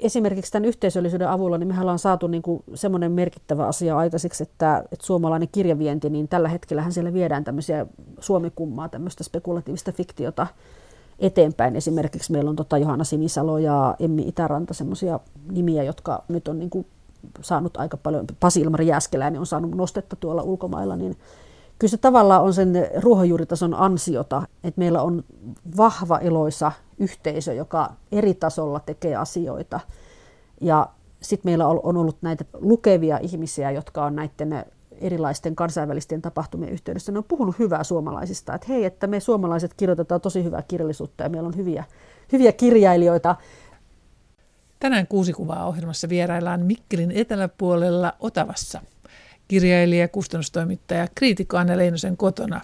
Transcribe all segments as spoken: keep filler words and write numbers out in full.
esimerkiksi tämän yhteisöllisyyden avulla niin mehän ollaan saatu niin kuin semmoinen merkittävä asia aikaiseksi, että, että suomalainen kirjavienti, niin tällä hetkellähän siellä viedään tämmöisiä suomikummaa, tämmöistä spekulatiivista fiktiota eteenpäin. Esimerkiksi meillä on tota Johanna Sinisalo ja Emmi Itäranta, semmoisia nimiä, jotka nyt on niin kuin saanut aika paljon, Pasi Ilmari Jääskeläinen on saanut nostetta tuolla ulkomailla, niin kyllä se tavallaan on sen ruohonjuuritason ansiota, että meillä on vahva eloisa yhteisö, joka eri tasolla tekee asioita. Ja sitten meillä on ollut näitä lukevia ihmisiä, jotka on näiden erilaisten kansainvälisten tapahtumien yhteydessä. Ne on puhunut hyvää suomalaisista, että hei, että me suomalaiset kirjoitetaan tosi hyvää kirjallisuutta ja meillä on hyviä, hyviä kirjailijoita. Tänään Kuusi kuvaa -ohjelmassa vieraillaan Mikkelin eteläpuolella Otavassa. Kirjailija, kustannustoimittaja, kriitikko Anne Leinosen kotona.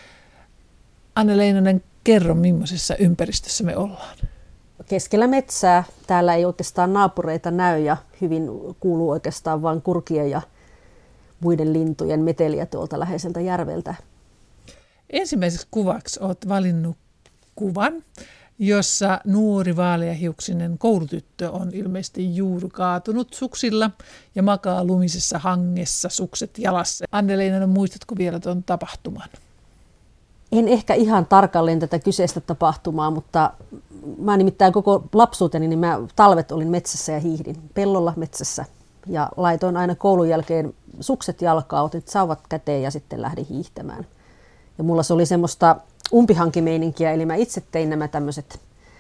Anne Leinonen, kerro, millaisessa ympäristössä me ollaan. Keskellä metsää. Täällä ei oikeastaan naapureita näy ja hyvin kuuluu oikeastaan vain kurkien ja muiden lintujen meteliä tuolta läheiseltä järveltä. Ensimmäiseksi kuvaksi olet valinnut kuvan, jossa nuori vaaleahiuksinen koulutyttö on ilmeisesti juuri kaatunut suksilla ja makaa lumisessa hangessa sukset jalassa. Anne Leinonen, muistatko vielä tuon tapahtuman? En ehkä ihan tarkalleen tätä kyseistä tapahtumaa, mutta mä nimittäin koko lapsuuteni, niin mä talvet olin metsässä ja hiihdin pellolla metsässä. Ja laitoin aina koulun jälkeen sukset jalkaan, otin sauvat käteen ja sitten lähdin hiihtämään. Ja mulla se oli semmoista umpihankimeininkiä, eli mä itse tein nämä tämmöiset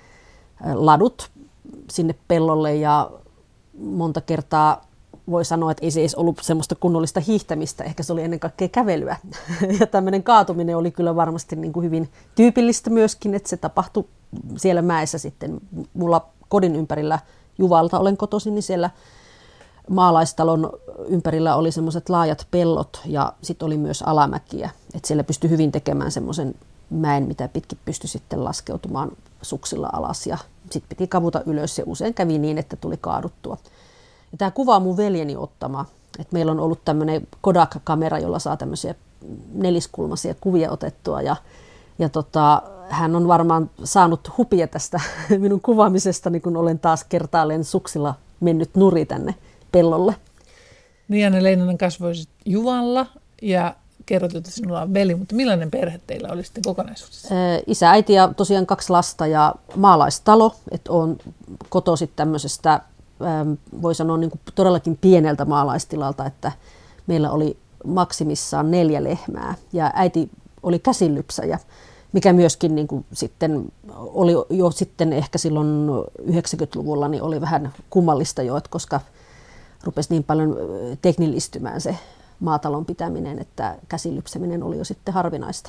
ladut sinne pellolle ja monta kertaa voi sanoa, että ei se edes ollut semmoista kunnollista hiihtämistä, ehkä se oli ennen kaikkea kävelyä. Ja tämmöinen kaatuminen oli kyllä varmasti niin kuin hyvin tyypillistä myöskin, että se tapahtui siellä mäessä sitten. Mulla kodin ympärillä, Juvalta olen kotoisin, niin siellä maalaistalon ympärillä oli semmoiset laajat pellot ja sitten oli myös alamäkiä, että siellä pystyi hyvin tekemään semmoisen mäen, mitä pitkin pystyi sitten laskeutumaan suksilla alas ja sitten piti kavuta ylös ja usein kävi niin, että tuli kaaduttua. Ja tämä kuva on mun veljeni ottama, että meillä on ollut tämmöinen Kodak-kamera, jolla saa tämmöisiä neliskulmaisia kuvia otettua ja, ja tota, hän on varmaan saanut hupia tästä minun kuvaamisestani, kun olen taas kertaalleen suksilla mennyt nuri tänne pellolle. Niin, Anne Leinonen, kasvoisit Juvalla ja kerrot, että sinulla on veli, mutta millainen perhe teillä oli sitten kokonaisuudessa? Isä, äiti ja tosiaan kaksi lasta ja maalaistalo, että olen kotoisin tämmöisestä, voi sanoa niin kuin todellakin pieneltä maalaistilalta, että meillä oli maksimissaan neljä lehmää ja äiti oli käsilypsäjä, mikä myöskin niin kuin sitten oli jo sitten ehkä silloin yhdeksänkymmentäluvulla niin oli vähän kummallista jo, että koska rupesi niin paljon teknillistymään se maatalon pitäminen, että käsilypsäminen oli jo sitten harvinaista.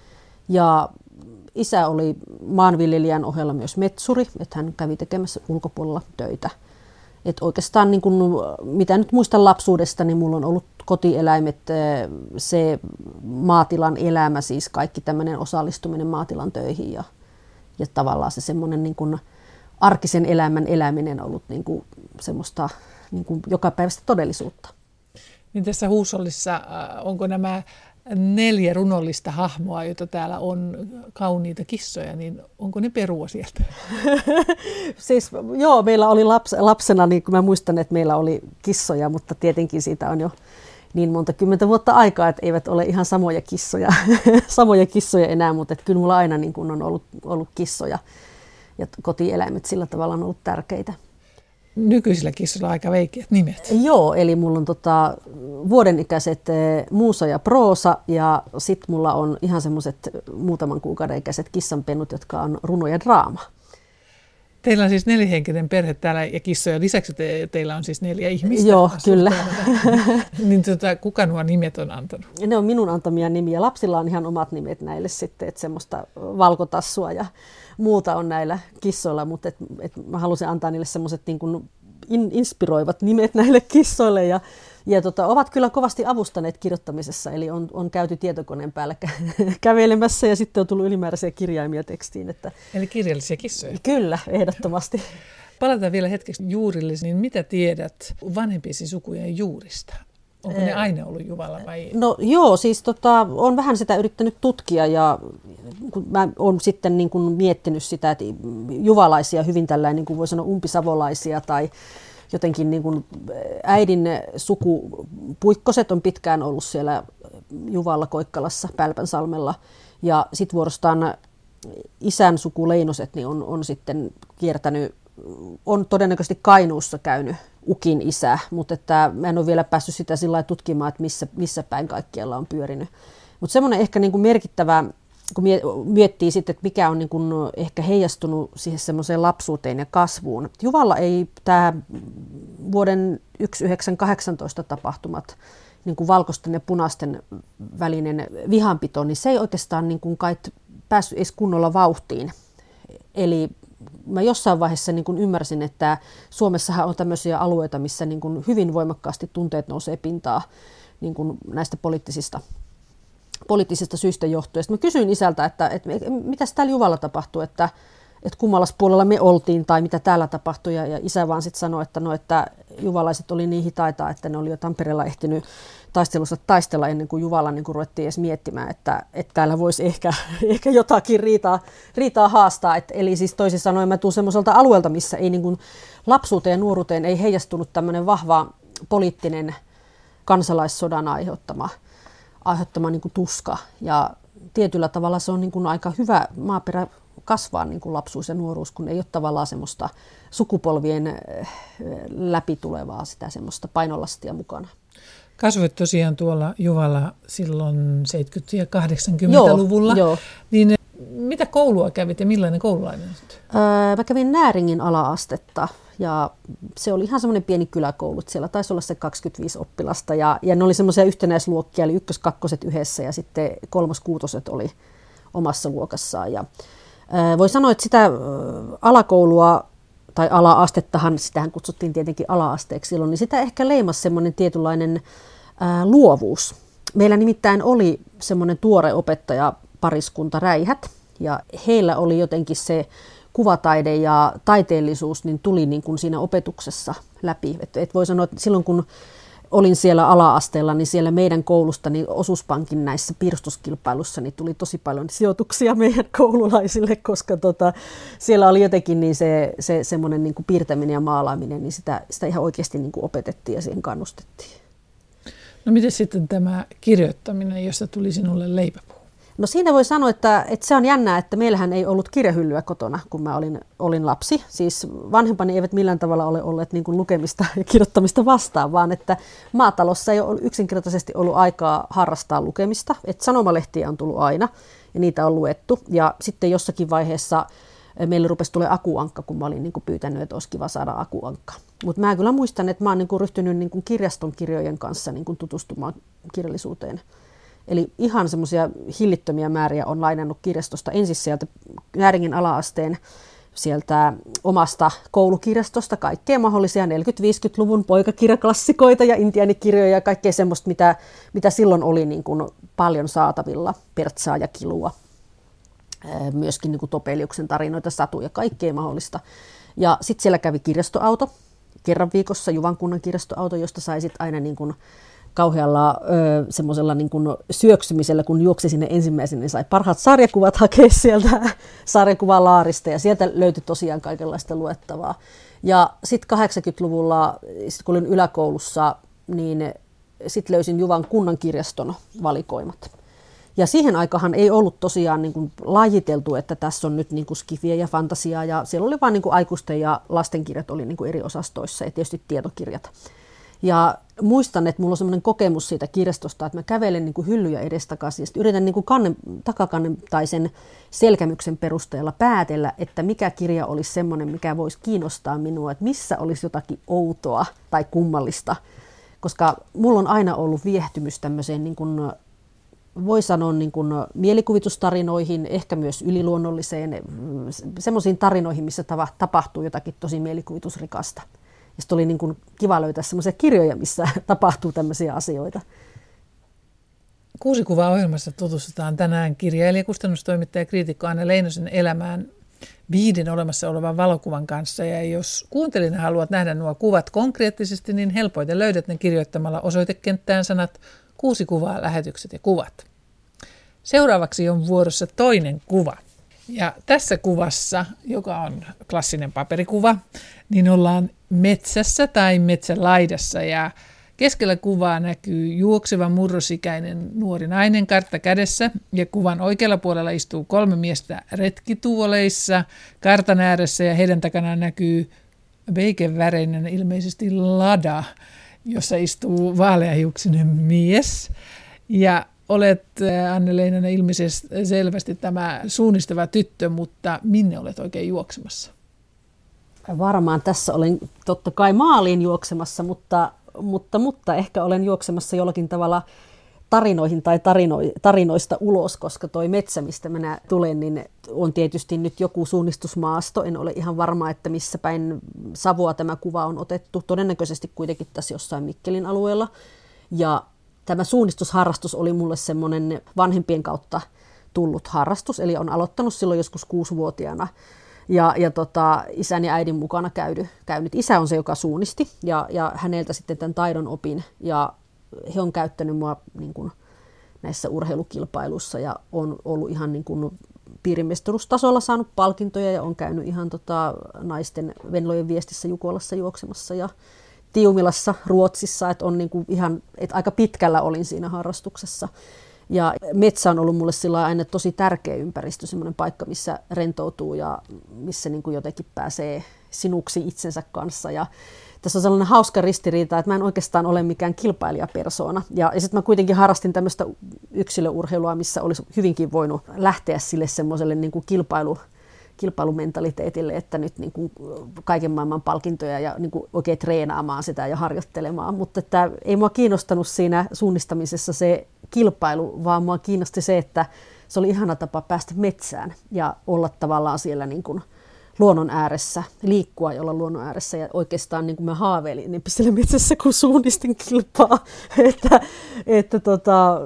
Ja isä oli maanviljelijän ohella myös metsuri, että hän kävi tekemässä ulkopuolella töitä. Et oikeastaan niin kun, mitä nyt muistan lapsuudesta, niin mulla on ollut kotieläimet, se maatilan elämä, siis kaikki tämmöinen osallistuminen maatilan töihin ja, ja tavallaan se semmoinen niin kun arkisen elämän eläminen on ollut niin kun semmoista niin kun jokapäiväistä todellisuutta. Niin tässä huushollissa, onko nämä neljä runollista hahmoa, joita täällä on, kauniita kissoja, niin onko ne perua sieltä? Siis joo, meillä oli laps, lapsena, niin mä muistan, että meillä oli kissoja, mutta tietenkin siitä on jo niin monta kymmentä vuotta aikaa, että eivät ole ihan samoja kissoja, samoja kissoja enää, mutta että kyllä mulla aina niin kun on ollut, ollut kissoja ja kotieläimet sillä tavalla on ollut tärkeitä. Nykyisillä kissoilla aika veikeät nimet. Joo, eli mulla on tota, vuodenikäiset Muusa ja Proosa ja sitten mulla on ihan semmoiset muutaman kuukauden ikäiset kissanpennut, jotka on Runo ja Draama. Teillä on siis nelihenkinen perhe täällä ja kissoja. Lisäksi te, teillä on siis neljä ihmistä. Joo, kyllä. Niin tota, kuka nuo nimet on antanut? Ne on minun antamia nimiä. Lapsilla on ihan omat nimet näille sitten, että semmoista valkotassua ja muuta on näillä kissoilla, mutta et, et mä halusin antaa niille semmoiset niin kuin in, inspiroivat nimet näille kissoille ja, ja tota, ovat kyllä kovasti avustaneet kirjoittamisessa, eli on, on käyty tietokoneen päällä kä- kävelemässä ja sitten on tullut ylimääräisiä kirjaimia tekstiin. Että eli kirjallisia kissoja? Kyllä, ehdottomasti. Palataan vielä hetkeksi juurille, niin mitä tiedät vanhempiesi sukujen juurista? Onko ne aina ollut Juvalla vai? No joo, siis tota, olen vähän sitä yrittänyt tutkia ja kun mä olen sitten niin kuin miettinyt sitä, että juvalaisia hyvin tällainen, niin kuin voi sanoa umpisavolaisia tai jotenkin niin kuin äidin sukupuikkoset on pitkään ollut siellä Juvalla, Koikkalassa, Pälpänsalmella ja sitten vuorostaan isän suku Leinoset niin on, on sitten kiertänyt, on todennäköisesti Kainuussa käynyt Ukin isä, mutta että mä en ole vielä päässyt sitä sillä lailla tutkimaan, että missä, missä päin kaikkialla on pyörinyt. Mutta semmoinen ehkä niin kuin merkittävä, kun miettii sitten, että mikä on niin kuin ehkä heijastunut siihen semmoiseen lapsuuteen ja kasvuun. Juvalla ei tämä vuoden tuhatyhdeksänsataakahdeksantoista tapahtumat, niin kuin valkoisten ja punaisten välinen vihanpito, niin se ei oikeastaan niin kuin kai päässyt edes kunnolla vauhtiin. Eli mä jossain vaiheessa niin kuin ymmärsin, että Suomessahan on tämmöisiä alueita, missä niin kuin hyvin voimakkaasti tunteet nousee pintaan niin kuin näistä poliittisista, poliittisista syistä johtuen. Sitten mä kysyin isältä, että, että mitä täällä Juvalla tapahtui, että, että kummallas puolella me oltiin tai mitä täällä tapahtui. Ja, ja isä vaan sitten sanoi, että, no, että juvalaiset oli niin hitaita, että ne oli jo Tampereella ehtinyt taistelussa taistella ennen kuin Juvalla niin kuin ruvettiin edes miettimään, että, että täällä voisi ehkä, ehkä jotakin riitaa, riitaa haastaa. Et, eli siis toisin sanoen mä tuun semmoiselta alueelta, missä ei niin kuin lapsuuteen ja nuoruuteen ei heijastunut tämmöinen vahva poliittinen kansalaissodan aiheuttama, aiheuttama niin kuin tuska. Ja tietyllä tavalla se on niin kuin aika hyvä maaperä kasvaa niin kuin lapsuus ja nuoruus, kun ei ole tavallaan semmoista sukupolvien läpi tulevaa sitä semmoista painolastia mukana. Kasvoit tosiaan tuolla Juvalla silloin seitsemänkymmentä- ja kahdeksankymmentäluvulla. Joo, joo. Niin mitä koulua kävit ja millainen koululainen olet? Öö, mä kävin Nääringin ala-astetta ja se oli ihan semmoinen pieni kyläkoulu. Siellä taisi olla se kaksikymmentäviisi oppilasta ja, ja ne oli semmoisia yhtenäisluokkia, eli ykkös, kakkoset yhdessä ja sitten kolmas, kuutoset oli omassa luokassaan. Ja, öö, voi sanoa, että sitä öö, alakoulua tai ala-astettahan, sitähän kutsuttiin tietenkin ala-asteeksi silloin, niin sitä ehkä leimasi semmoinen tietynlainen ää, luovuus. Meillä nimittäin oli semmoinen tuore opettaja pariskunta Räihät, ja heillä oli jotenkin se kuvataide ja taiteellisuus, niin tuli niin kuin siinä opetuksessa läpi. Et, et voi sanoa, että silloin kun olin siellä ala-asteella, niin siellä meidän koulusta niin Osuuspankin näissä piirustuskilpailussa niin tuli tosi paljon sijoituksia meidän koululaisille, koska tota, siellä oli jotenkin niin se, se semmoinen niin kuin piirtäminen ja maalaaminen, niin sitä, sitä ihan oikeasti niin kuin opetettiin ja siihen kannustettiin. No miten sitten tämä kirjoittaminen, josta tuli sinulle leipäpuu? No siinä voi sanoa, että, että se on jännää, että meillähän ei ollut kirjahyllyä kotona, kun mä olin, olin lapsi. Siis vanhempani eivät millään tavalla ole olleet niin kuin lukemista ja kirjoittamista vastaan, vaan että maatalossa ei ole yksinkertaisesti ollut aikaa harrastaa lukemista. Että sanomalehtiä on tullut aina ja niitä on luettu. Ja sitten jossakin vaiheessa meille rupesi tulee akuankka, kun mä olin niin kuin pyytänyt, että olisi kiva saada akuankka. Mutta mä kyllä muistan, että mä oon niin kuin ryhtynyt niin kuin kirjaston kirjojen kanssa niin kuin tutustumaan kirjallisuuteen. Eli ihan semmoisia hillittömiä määriä on lainannut kirjastosta ensin sieltä Nääringin ala-asteen sieltä omasta koulukirjastosta kaikkea mahdollisia neljäkymmentä-viisikymmentäluvun poikakirjaklassikoita ja intiaanikirjoja ja kaikkea semmoista, mitä, mitä silloin oli niin kuin paljon saatavilla, Pertsaa ja Kilua, myöskin niin kuin Topeliuksen tarinoita, satuja, kaikkea mahdollista. Ja sitten siellä kävi kirjastoauto, kerran viikossa Juvan kunnan kirjastoauto, josta sai sitten aina niin kuin kauhealla semmoisella niin kuin syöksymisellä, kun juoksi sinne ensimmäisen, niin sai parhaat sarjakuvat hakea sieltä sarjakuvalaarista ja sieltä löytyi tosiaan kaikenlaista luettavaa. Ja sitten kahdeksankymmentäluvulla, sit kun olin yläkoulussa, niin sitten löysin Juvan kunnan kirjaston valikoimat. Ja siihen aikahan ei ollut tosiaan niin kuin lajiteltu, että tässä on nyt niin kuin skifiä ja fantasiaa ja siellä oli vain niin kuin aikuisten ja lastenkirjat oli niin kuin eri osastoissa ja tietysti tietokirjat. Ja muistan, että mulla on sellainen kokemus siitä kirjastosta, että mä kävelen niin kuin hyllyjä edestakaisin ja yritän niin kuin kannen, takakannen tai sen selkämyksen perusteella päätellä, että mikä kirja olisi semmoinen, mikä voisi kiinnostaa minua, että missä olisi jotakin outoa tai kummallista. Koska mulla on aina ollut viehtymys tämmöiseen, niin kuin, voi sanoa niin kuin mielikuvitustarinoihin, ehkä myös yliluonnolliseen, semmoisiin tarinoihin, missä tapahtuu jotakin tosi mielikuvitusrikasta. Ja sitten oli niin kuin kiva löytää semmoisia kirjoja, missä tapahtuu tämmöisiä asioita. Kuusi kuvaa ohjelmassa tutustutaan tänään kirjailija, kustannustoimittaja ja kriitikko Anna Leinosen elämään viiden olemassa olevan valokuvan kanssa. Ja jos kuuntelijana haluat nähdä nuo kuvat konkreettisesti, niin helpoiten löydät ne kirjoittamalla osoitekenttään sanat kuusi kuvaa, lähetykset ja kuvat. Seuraavaksi on vuorossa toinen kuva. Ja tässä kuvassa, joka on klassinen paperikuva, niin ollaan metsässä tai metsälaidassa ja keskellä kuvaa näkyy juokseva murrosikäinen nuori nainen kartta kädessä ja kuvan oikealla puolella istuu kolme miestä retkituoleissa kartan ääressä ja heidän takanaan näkyy beigeväreinen ilmeisesti lada, jossa istuu vaaleahiuksinen mies. Ja olet, Anne-Leena, ilmeisesti selvästi tämä suunnistava tyttö, mutta minne olet oikein juoksemassa? Varmaan tässä olen totta kai maaliin juoksemassa, mutta, mutta, mutta ehkä olen juoksemassa jollakin tavalla tarinoihin tai tarino, tarinoista ulos, koska toi metsä, mistä minä tulen, niin on tietysti nyt joku suunnistusmaasto. En ole ihan varma, että missä päin Savoa tämä kuva on otettu. Todennäköisesti kuitenkin tässä jossain Mikkelin alueella. Ja tämä suunnistusharrastus oli mulle semmoinen vanhempien kautta tullut harrastus, eli on aloittanut silloin joskus kuusivuotiaana. Ja, ja tota, isän ja äidin mukana käydy, käynyt. Isä on se, joka suunnisti, ja, ja häneltä sitten tämän taidon opin. Ja he on käyttänyt mua niin kuin näissä urheilukilpailuissa, ja on ollut ihan niin kuin piirimestaruustasolla saanut palkintoja, ja on käynyt ihan tota, naisten Venlojen Viestissä Jukolassa juoksemassa, ja Tiumilassa Ruotsissa, että on niin kuin ihan, että aika pitkällä olin siinä harrastuksessa. Ja metsä on ollut mulle sillä aina tosi tärkeä ympäristö, semmoinen paikka, missä rentoutuu ja missä niin kuin jotenkin pääsee sinuksi itsensä kanssa. Ja tässä on sellainen hauska ristiriita, että mä en oikeastaan ole mikään kilpailijapersoona. Ja, ja sitten mä kuitenkin harrastin tämmöistä yksilöurheilua, missä olisi hyvinkin voinut lähteä sille semmoiselle niin kuin kilpailu, kilpailumentaliteetille, että nyt niin kuin kaiken maailman palkintoja ja niin kuin oikein treenaamaan sitä ja harjoittelemaan. Mutta että ei mua kiinnostanut siinä suunnistamisessa se kilpailu, vaan mua kiinnosti se, että se oli ihana tapa päästä metsään ja olla tavallaan siellä niin kuin luonnon ääressä, liikkua ja olla luonnon ääressä. Ja oikeastaan niin kuin mä haaveilin niin siellä metsässä, kun suunnistin kilpaa. että, että tota,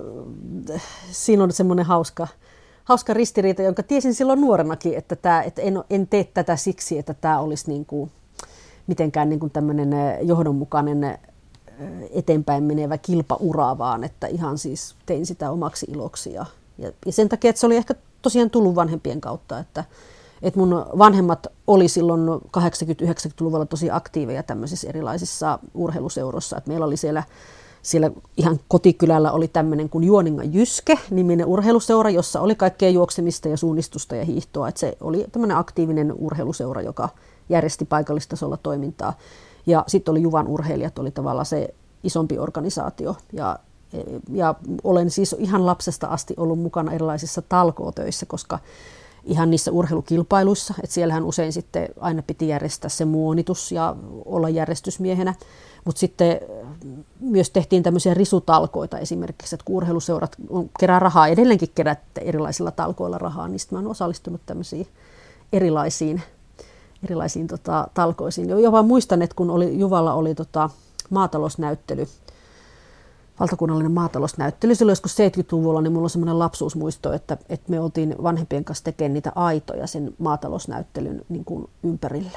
siinä on semmoinen hauska, hauska ristiriita, jonka tiesin silloin nuorenakin, että, tämä, että en, en tee tätä siksi, että tämä olisi niin kuin mitenkään niin kuin tämmöinen johdonmukainen eteenpäin menevä kilpaura, vaan että ihan siis tein sitä omaksi iloksi. Ja, ja sen takia, että se oli ehkä tosiaan tullut vanhempien kautta, että, että mun vanhemmat oli silloin kahdeksankymmentä-yhdeksänkymmentäluvulla tosi aktiiveja tämmöisissä erilaisissa urheiluseuroissa, että meillä oli siellä Siellä ihan kotikylällä oli tämmöinen kuin Juoningan Jyske-niminen urheiluseura, jossa oli kaikkea juoksemista ja suunnistusta ja hiihtoa. Että se oli tämmöinen aktiivinen urheiluseura, joka järjesti paikallistasolla toimintaa. Ja sitten oli Juvan urheilijat, oli tavallaan se isompi organisaatio. Ja, ja olen siis ihan lapsesta asti ollut mukana erilaisissa talkootöissä, koska ihan niissä urheilukilpailuissa, että siellähän usein sitten aina piti järjestää se muonitus ja olla järjestysmiehenä. Mutta sitten myös tehtiin tämmöisiä risutalkoita esimerkiksi, että kun urheiluseurat kerää rahaa, edelleenkin keräätte erilaisilla talkoilla rahaa, niin sitten mä oon osallistunut tämmöisiin erilaisiin, erilaisiin tota, talkoisiin. Jo vaan muistan, että kun oli, Juvalla oli tota, maatalousnäyttely, valtakunnallinen maatalousnäyttely silloin joskus seitsemänkymmentäluvulla, niin mulla on semmoinen lapsuusmuisto, että, että me oltiin vanhempien kanssa tekemään niitä aitoja sen maatalousnäyttelyn niin kuin ympärille.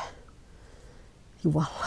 Juvalla.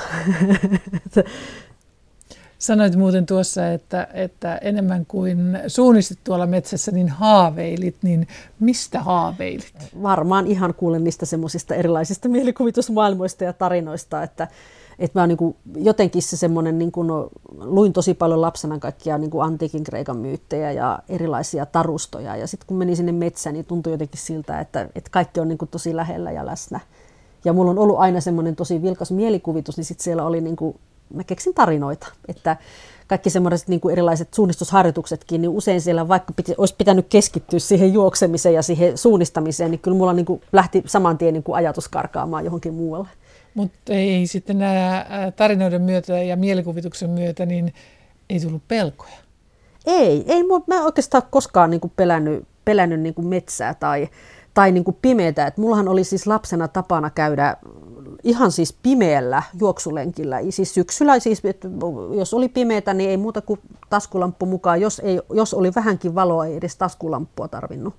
Sanoit muuten tuossa, että, että enemmän kuin suunnistit tuolla metsässä, niin haaveilit. Niin mistä haaveilit? Varmaan ihan kuulen niistä semmoisista erilaisista mielikuvitusmaailmoista ja tarinoista, että, että mä niin kuin, jotenkin se semmoinen, niin kuin, luin tosi paljon lapsena kaikkia niin kuin antiikin Kreikan myyttejä ja erilaisia tarustoja. Ja sitten kun menin sinne metsään, niin tuntui jotenkin siltä, että, että kaikki on niin kuin tosi lähellä ja läsnä. Ja mulla on ollut aina semmoinen tosi vilkas mielikuvitus, niin sitten siellä oli, niin kuin, mä keksin tarinoita, että kaikki semmoiset niin kuin erilaiset suunnistusharjoituksetkin, niin usein siellä vaikka piti, olisi pitänyt keskittyä siihen juoksemiseen ja siihen suunnistamiseen, niin kyllä mulla niin kuin lähti saman tien niin kuin ajatus karkaamaan johonkin muualle. Mutta ei sitten nämä tarinoiden myötä ja mielikuvituksen myötä, niin ei tullut pelkoja? Ei, ei mä en oikeastaan koskaan niin kuin pelännyt, pelännyt niin kuin metsää tai tai niin kuin pimeätä. Et mullahan oli siis lapsena tapana käydä ihan siis pimeällä juoksulenkillä. Siis syksyllä, siis, jos oli pimeätä, niin ei muuta kuin taskulamppu mukaan. Jos, ei, jos oli vähänkin valoa, ei edes taskulampua tarvinnut.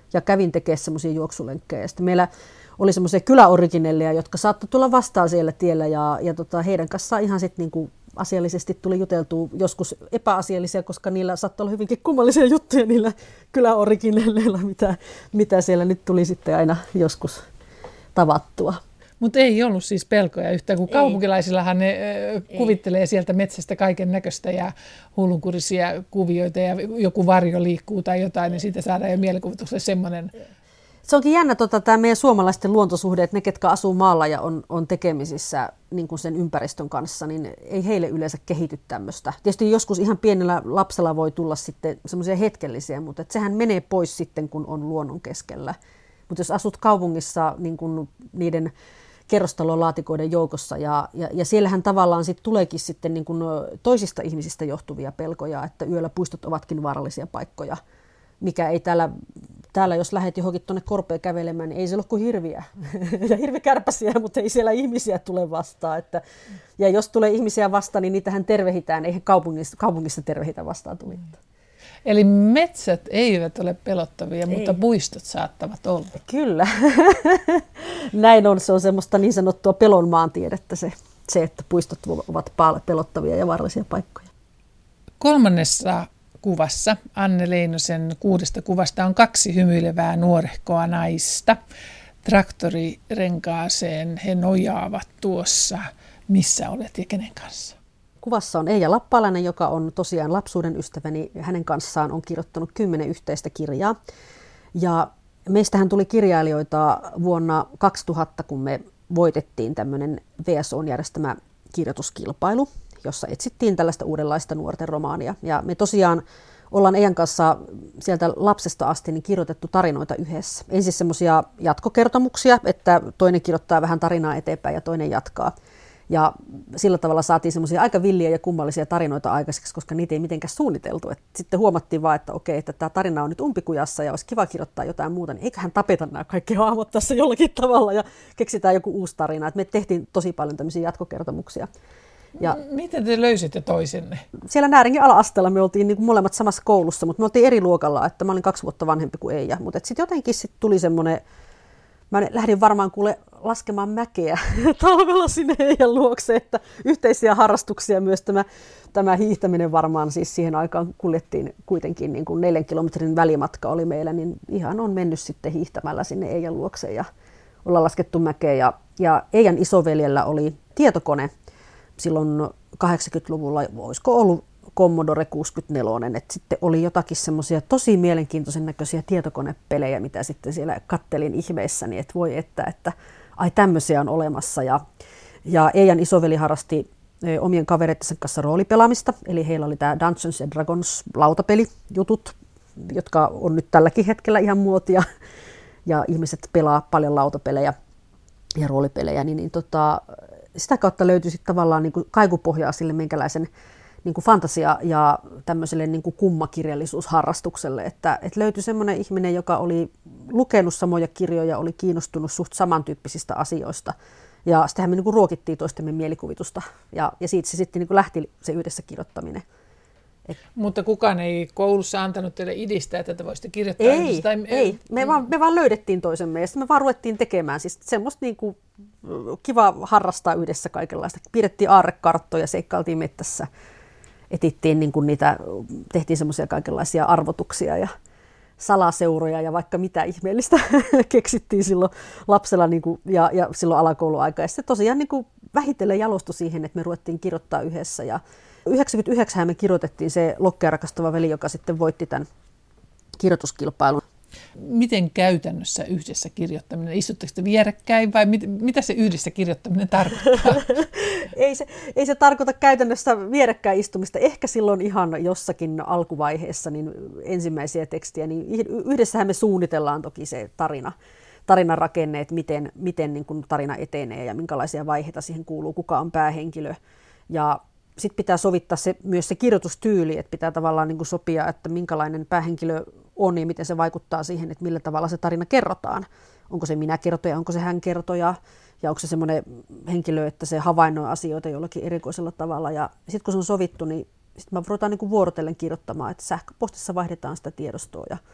ja kävin tekemään semmoisia juoksulenkkejä. Sitten meillä oli semmoisia kyläoriginelleja, jotka saattoi tulla vastaan siellä tiellä ja, ja tota, heidän kanssaan ihan sitten niinku asiallisesti tuli juteltua, joskus epäasiallisia, koska niillä saattoi olla hyvinkin kummallisia juttuja niillä kyläoriginelleilla, mitä, mitä siellä nyt tuli sitten aina joskus tavattua. Mutta ei ollut siis pelkoja yhtään, kun ei. Kaupunkilaisillahan ne äh, kuvittelee sieltä metsästä kaiken näköistä ja hullunkurisia kuvioita ja joku varjo liikkuu tai jotain, niin siitä saadaan jo mielikuvitukselle semmoinen. Se onkin jännä tota, tämä meidän suomalaisten luontosuhde, että ne, ketkä asuu maalla ja on, on tekemisissä niin kuin sen ympäristön kanssa, niin ei heille yleensä kehity tämmöistä. Tietysti joskus ihan pienellä lapsella voi tulla sitten semmoisia hetkellisiä, mutta et sehän menee pois sitten, kun on luonnon keskellä. Mutta jos asut kaupungissa niin kuin niiden kerrostalolaatikoiden joukossa ja, ja, ja siellähän tavallaan sit tuleekin sitten niin kuin toisista ihmisistä johtuvia pelkoja, että yöllä puistot ovatkin vaarallisia paikkoja, mikä ei täällä, täällä jos lähdet johonkin tuonne korpeen kävelemään, niin ei siellä ole kuin hirviä ja hirvikärpäsiä, mutta ei siellä ihmisiä tule vastaan. Että, ja jos tulee ihmisiä vastaan, niin niitähän tervehitään, eihän kaupungissa, kaupungissa tervehitä vastaan tulijoita. Eli metsät eivät ole pelottavia, ei. Mutta puistot saattavat olla. Kyllä. Näin on. Se on semmoista niin sanottua pelon maantiedettä se, se, että puistot ovat pelottavia ja vaarallisia paikkoja. Kolmannessa kuvassa, Anne Leinosen kuudesta kuvasta, on kaksi hymyilevää nuorehkoa naista. Traktorirenkaaseen he nojaavat tuossa. Missä olet ja kenen kanssa? Kuvassa on Eija Lappalainen, joka on tosiaan lapsuuden ystäväni. Hänen kanssaan on kirjoittanut kymmenen yhteistä kirjaa. Ja meistähän tuli kirjailijoita vuonna kaksituhatta, kun me voitettiin tämmöinen V S O:n järjestämä kirjoituskilpailu, jossa etsittiin tällaista uudenlaista nuorten romaania. Ja me tosiaan ollaan Eijan kanssa sieltä lapsesta asti niin kirjoitettu tarinoita yhdessä. Ensin semmoisia jatkokertomuksia, että toinen kirjoittaa vähän tarinaa eteenpäin ja toinen jatkaa. Ja sillä tavalla saatiin semmoisia aika villiä ja kummallisia tarinoita aikaiseksi, koska niitä ei mitenkään suunniteltu. Et sitten huomattiin vaan, että okei, että tämä tarina on nyt umpikujassa ja olisi kiva kirjoittaa jotain muuta, niin eiköhän tapeta nämä kaikki hahmot tässä jollakin tavalla ja keksitään joku uusi tarina. Et me tehtiin tosi paljon tämmöisiä jatkokertomuksia. Ja miten te löysitte toisenne? Siellä Nääringin ala-asteella me oltiin niin kuin molemmat samassa koulussa, mutta me oltiin eri luokalla, että mä olin kaksi vuotta vanhempi kuin Eija. Mutta sitten jotenkin sit tuli semmoinen, mä lähdin varmaan kuule laskemaan mäkeä talvella sinne Eijan luokse, että yhteisiä harrastuksia myös tämä, tämä hiihtäminen varmaan, siis siihen aikaan kuljettiin kuitenkin niin kuin neljän kilometrin välimatka oli meillä, niin ihan on mennyt sitten hiihtämällä sinne Eijan luokse ja ollaan laskettu mäkeä. Ja, ja Eijan isoveljellä oli tietokone silloin kahdeksankymmentäluvulla, olisiko ollut Commodore kuusikymmentäneljä, että sitten oli jotakin semmoisia tosi mielenkiintoisen näköisiä tietokonepelejä, mitä sitten siellä kattelin ihmeissäni, että voi että, että ai tämmöisiä on olemassa. Ja, ja Eijan isoveli harrasti e, omien kavereittensa kanssa roolipelaamista, eli heillä oli tämä Dungeons and Dragons lautapelijutut, jotka on nyt tälläkin hetkellä ihan muotia, ja ihmiset pelaa paljon lautapelejä ja roolipelejä, niin, niin tota, sitä kautta löytyi sitten tavallaan niin kuin kaikupohjaa sille minkälaisen niin kuin fantasia- ja tämmöiselle niin kuin kummakirjallisuusharrastukselle, että, että löytyi semmoinen ihminen, joka oli lukenut samoja kirjoja, oli kiinnostunut suht samantyyppisistä asioista, ja sitähän me niin kuin ruokittiin toistemme mielikuvitusta, ja, ja siitä se sitten niin kuin lähti se yhdessä kirjoittaminen. Et mutta kukaan ei koulussa antanut teille idistä, että te voisitte kirjoittaa ei, yhdessä? Tai ei, me, mm. vaan, me vaan löydettiin toisemme ja sitten me vaan ruvettiin tekemään. Siis semmoista niin kuin kiva harrastaa yhdessä kaikenlaista. Pidettiin aarrekarttoja, seikkailtiin mettässä, etittiin niin kuin niitä, tehtiin semmoisia kaikenlaisia arvotuksia ja salaseuroja ja vaikka mitä ihmeellistä keksittiin silloin lapsella niin kuin, ja, ja silloin alakouluaikaa. Ja sitten tosiaan niin kuin vähitellen jalostui siihen, että me ruvettiin kirjoittaa yhdessä. Ja yhdeksänkymmentäyhdeksän me kirjoitettiin se Lokkea rakastava veli, joka sitten voitti tämän kirjoituskilpailun. Miten käytännössä yhdessä kirjoittaminen? Istutteko te vierekkäin vai mit, mitä se yhdessä kirjoittaminen tarkoittaa? ei, se, ei se tarkoita käytännössä vierekkäin istumista. Ehkä silloin ihan jossakin alkuvaiheessa niin ensimmäisiä tekstiä, niin yhdessähän me suunnitellaan toki se tarina. Tarinan rakenne, että miten, miten niin kuin tarina etenee ja minkälaisia vaiheita siihen kuuluu, kuka on päähenkilö. Ja sitten pitää sovittaa se, myös se kirjoitustyyli, että pitää tavallaan niin kuin sopia, että minkälainen päähenkilö on ja miten se vaikuttaa siihen, että millä tavalla se tarina kerrotaan. Onko se minä kertoja, onko se hän kertoja ja onko se semmoinen henkilö, että se havainnoi asioita jollakin erikoisella tavalla. Ja sitten kun se on sovittu, niin sitten me ruvetaan niin kuin vuorotellen kirjoittamaan, että sähköpostissa vaihdetaan sitä tiedostoa ja,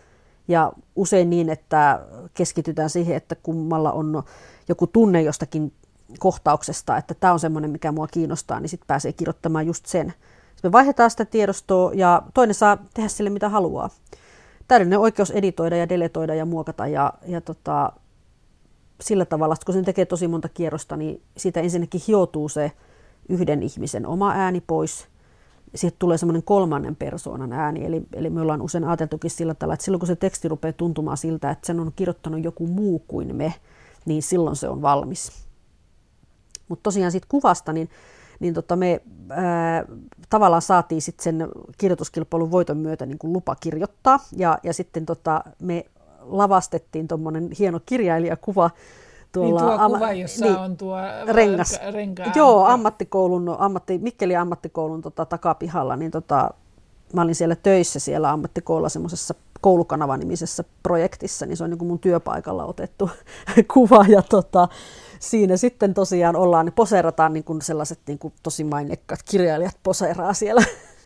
Ja usein niin, että keskitytään siihen, että kummalla on joku tunne jostakin kohtauksesta, että tämä on semmoinen, mikä mua kiinnostaa, niin sitten pääsee kirjoittamaan just sen. Sitten me vaihdetaan sitä tiedostoa ja toinen saa tehdä sille, mitä haluaa. Täydellinen oikeus editoida ja deletoida ja muokata ja, ja tota, sillä tavalla, että kun sen tekee tosi monta kierrosta, niin siitä ensinnäkin hioutuu se yhden ihmisen oma ääni pois. Siitä tulee semmoinen kolmannen persoonan ääni, eli, eli me ollaan usein ajateltukin sillä tavalla, että silloin kun se teksti rupeaa tuntumaan siltä, että sen on kirjoittanut joku muu kuin me, niin silloin se on valmis. Mutta tosiaan siitä kuvasta, niin, niin tota me ää, tavallaan saatiin sit sen kirjoituskilpailun voiton myötä niin kuin lupa kirjoittaa, ja, ja sitten tota, me lavastettiin tuommoinen hieno kirjailijakuva. Tuolla, niin tuo ama- kuva, jossa niin, on tuo rengas. renkaan. Joo, ammattikoulun, ammatti, Mikkelin ammattikoulun tota, takapihalla, niin tota, mä olin siellä töissä siellä ammattikoululla semmoisessa Koulukanava-nimisessä projektissa, niin se on niin kuin mun työpaikalla otettu kuva, ja tota, siinä sitten tosiaan ollaan, niin poseerataan niin kuin sellaiset niin kuin tosi mainekkaat kirjailijat poseeraa siellä.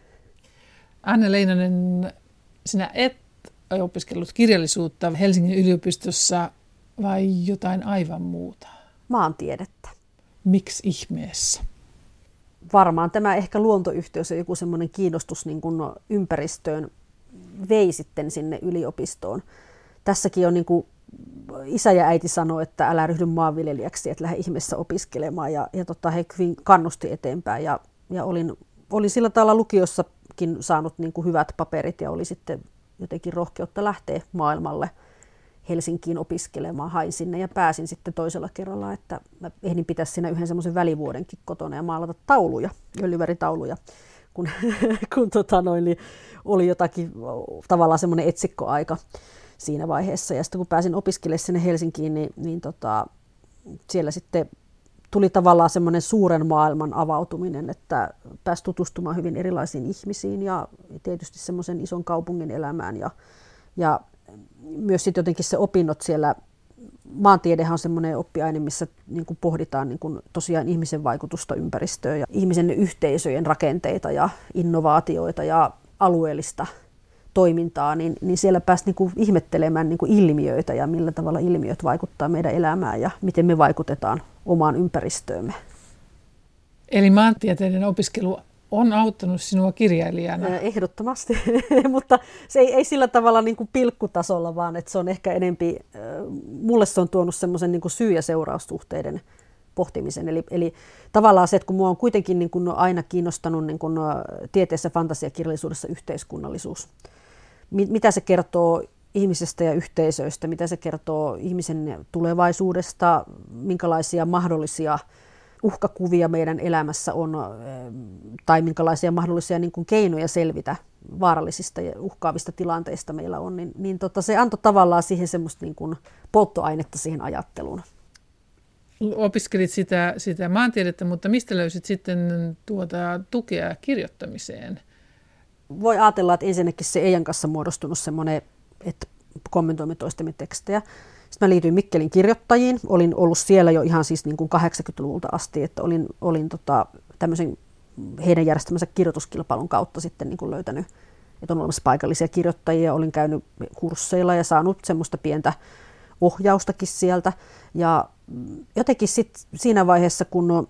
Anne Leinonen, sinä et opiskellut kirjallisuutta Helsingin yliopistossa vai jotain aivan muuta? Maantiedettä. Miksi ihmeessä? Varmaan tämä ehkä luontoyhteys ja joku semmoinen kiinnostus niin kuin ympäristöön vei sitten sinne yliopistoon. Tässäkin on niin kuin isä ja äiti sanoi, että älä ryhdy maanviljelijäksi, että lähde ihmeessä opiskelemaan. Ja, ja tota, he hyvin kannusti eteenpäin. Ja, ja olin, olin sillä tavalla lukiossakin saanut niin kuin hyvät paperit ja oli sitten jotenkin rohkeutta lähteä maailmalle Helsinkiin opiskelemaan. Hain sinne ja pääsin sitten toisella kerralla, että mä ehdin pitää siinä yhden semmoisen välivuodenkin kotona ja maalata tauluja, öljyväritauluja, kun, kun tota noin, niin oli jotakin tavallaan semmoinen etsikkoaika siinä vaiheessa. Ja sitten kun pääsin opiskelemaan sinne Helsinkiin, niin, niin tota, siellä sitten tuli tavallaan semmoinen suuren maailman avautuminen, että pääsi tutustumaan hyvin erilaisiin ihmisiin ja tietysti semmoisen ison kaupungin elämään. Ja, ja myös sitten jotenkin se opinnot siellä, maantiedehän on semmoinen oppiaine, missä niin kuin pohditaan niin kuin tosiaan ihmisen vaikutusta ympäristöön ja ihmisen yhteisöjen rakenteita ja innovaatioita ja alueellista toimintaa, niin, niin siellä pääsi niin kuin ihmettelemään niin kuin ilmiöitä ja millä tavalla ilmiöt vaikuttaa meidän elämään ja miten me vaikutetaan omaan ympäristöömme. Eli maantieteiden opiskelu on auttanut sinua kirjailijana? Ehdottomasti, mutta se ei, ei sillä tavalla niin kuin pilkkutasolla, vaan että se on ehkä enempi, mulle se on tuonut semmoisen niin kuin syy- ja seuraussuhteiden pohtimisen. Eli, eli tavallaan se, että kun mua on kuitenkin niin kuin aina kiinnostanut niin kuin tieteessä, fantasiakirjallisuudessa yhteiskunnallisuus. Mitä se kertoo ihmisestä ja yhteisöistä, mitä se kertoo ihmisen tulevaisuudesta, minkälaisia mahdollisia uhkakuvia meidän elämässä on, tai minkälaisia mahdollisia niin kuin keinoja selvitä vaarallisista ja uhkaavista tilanteista meillä on, niin, niin tota, se antoi tavallaan siihen semmoista niin kuin polttoainetta siihen ajatteluun. Opiskelit sitä, sitä maantiedettä, mutta mistä löysit sitten tuota tukea kirjoittamiseen? Voi ajatella, että ensinnäkin se Eijan kanssa muodostunut semmoinen, että kommentoimme toistemme tekstejä. Sitten mä liityin Mikkelin kirjoittajiin. Olin ollut siellä jo ihan siis niin kuin kahdeksankymmentäluvulta asti, että olin, olin tota, tämmöisen heidän järjestämänsä kirjoituskilpailun kautta sitten niin kuin löytänyt, että on olemassa paikallisia kirjoittajia. Olin käynyt kursseilla ja saanut semmoista pientä ohjaustakin sieltä. Ja jotenkin sitten siinä vaiheessa, kun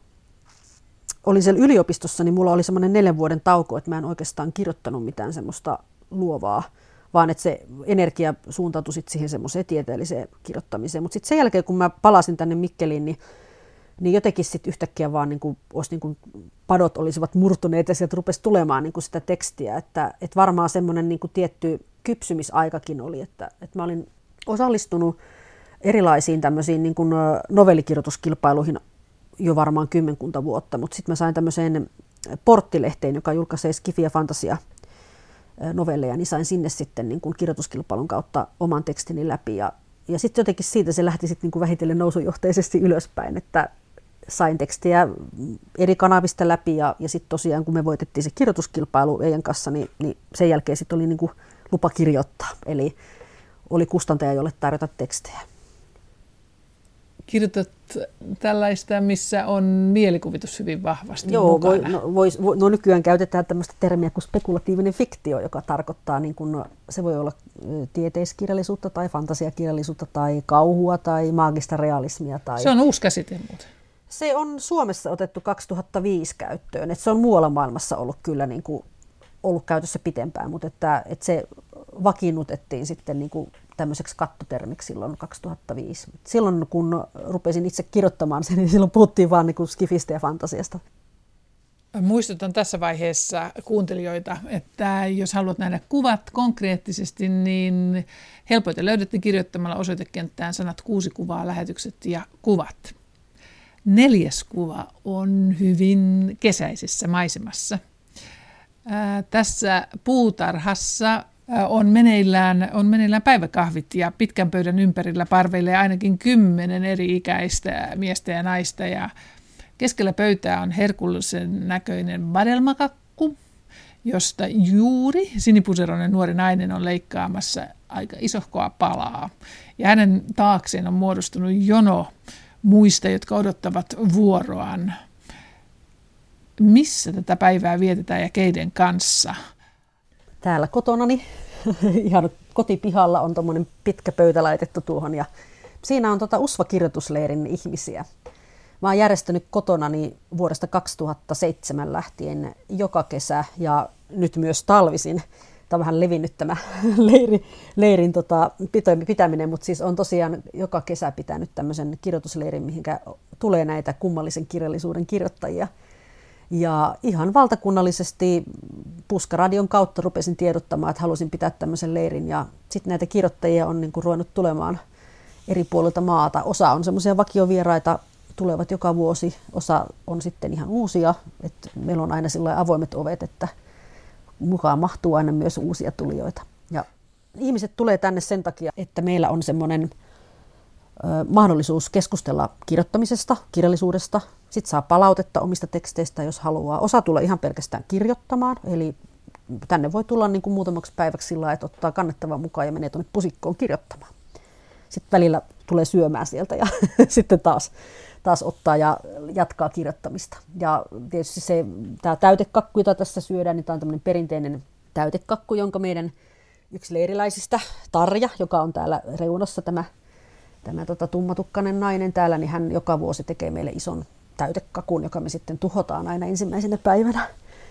olin siellä yliopistossa, niin mulla oli semmoinen neljän vuoden tauko, että mä en oikeastaan kirjoittanut mitään semmoista luovaa, vaan että se energia suuntautui sitten siihen semmoiseen tieteelliseen kirjoittamiseen. Mutta sitten sen jälkeen, kun mä palasin tänne Mikkeliin, niin, niin jotenkin sitten yhtäkkiä vaan niin kuin, olisi niin kuin padot olisivat murtuneet ja sieltä rupesi tulemaan niin kuin sitä tekstiä. Että, että varmaan semmoinen niin kuin tietty kypsymisaikakin oli, että, että mä olin osallistunut erilaisiin tämmöisiin niin kuin novellikirjoituskilpailuihin jo varmaan kymmenkunta vuotta, mutta sitten mä sain tämmöiseen Porttilehteen, joka julkaisee skifi- ja fantasia novelleja, niin sain sinne sitten niin kuin kirjoituskilpailun kautta oman tekstini läpi. Ja, ja sitten jotenkin siitä se lähti sitten niin kuin vähitellen nousujohteisesti ylöspäin, että sain tekstiä eri kanavista läpi ja, ja sitten tosiaan kun me voitettiin se kirjoituskilpailu Eijan kanssa, niin, niin sen jälkeen sitten oli niin kuin lupa kirjoittaa. Eli oli kustantaja, jolle tarjota tekstejä. Kirjoitat tällaista, missä on mielikuvitus hyvin vahvasti Joo, mukana. voi, no, vois, no nykyään käytetään tämmöistä termiä kuin spekulatiivinen fiktio, joka tarkoittaa, niin kun, se voi olla tieteiskirjallisuutta tai fantasiakirjallisuutta tai kauhua tai maagista realismia. Tai... Se on uusi käsite muuten. Se on Suomessa otettu kaksituhattaviisi käyttöön. Et se on muualla maailmassa ollut kyllä niin kuin, ollut käytössä pitempään, mutta että, että se vakiinnutettiin sitten niin kuin tämmöiseksi kattotermiksi silloin kaksituhattaviisi. Silloin kun rupesin itse kirjoittamaan sen, niin silloin puhuttiin vaan niin kuin skifistä ja fantasiasta. Muistutan tässä vaiheessa kuuntelijoita, että jos haluat nähdä kuvat konkreettisesti, niin helpoiten löydätte kirjoittamalla osoitekenttään sanat kuusi kuvaa, lähetykset ja kuvat. Neljäs kuva on hyvin kesäisessä maisemassa. Ää, tässä puutarhassa on meneillään, on meneillään päiväkahvit ja pitkän pöydän ympärillä parveilee ainakin kymmenen eri ikäistä miestä ja naista. Ja keskellä pöytää on herkullisen näköinen vadelmakakku, josta juuri sinipuseroinen nuori nainen on leikkaamassa aika isohkoa palaa. Ja hänen taakseen on muodostunut jono muista, jotka odottavat vuoroaan. Missä tätä päivää vietetään ja keiden kanssa? Täällä kotonani, ihan kotipihalla on tuommoinen pitkä pöytä laitettu tuohon ja siinä on tota U S V A-kirjoitusleirin ihmisiä. Mä oon järjestänyt kotonani vuodesta kaksituhattaseitsemän lähtien joka kesä ja nyt myös talvisin. Tämä on vähän levinnyt tämä leiri, leirin tota, pitäminen, mutta siis on tosiaan joka kesä pitänyt tämmöisen kirjoitusleirin, mihinkä tulee näitä kummallisen kirjallisuuden kirjoittajia. Ja ihan valtakunnallisesti Puskaradion kautta rupesin tiedottamaan, että halusin pitää tämmöisen leirin. Ja sitten näitä kirjoittajia on niin kuin ruvennut tulemaan eri puolilta maata. Osa on semmoisia vakiovieraita, tulevat joka vuosi. Osa on sitten ihan uusia. Et meillä on aina sillä avoimet ovet, että mukaan mahtuu aina myös uusia tulijoita. Ja ihmiset tulee tänne sen takia, että meillä on semmoinen mahdollisuus keskustella kirjoittamisesta, kirjallisuudesta. Sitten saa palautetta omista teksteistä, jos haluaa. Osa tulee ihan pelkästään kirjoittamaan, eli tänne voi tulla niin kuin muutamaksi päiväksi sillä lailla, että ottaa kannettavan mukaan ja menee tuonne pusikkoon kirjoittamaan. Sitten välillä tulee syömään sieltä ja sitten taas, taas ottaa ja jatkaa kirjoittamista. Ja tietysti se, tämä täytekakku, jota tässä syödään, niin tämä on tämmöinen perinteinen täytekakku, jonka meidän yksi leiriläisistä, Tarja, joka on täällä reunassa tämä Tämä tota, tummatukkainen nainen täällä, niin hän joka vuosi tekee meille ison täytekakun, joka me sitten tuhotaan aina ensimmäisenä päivänä.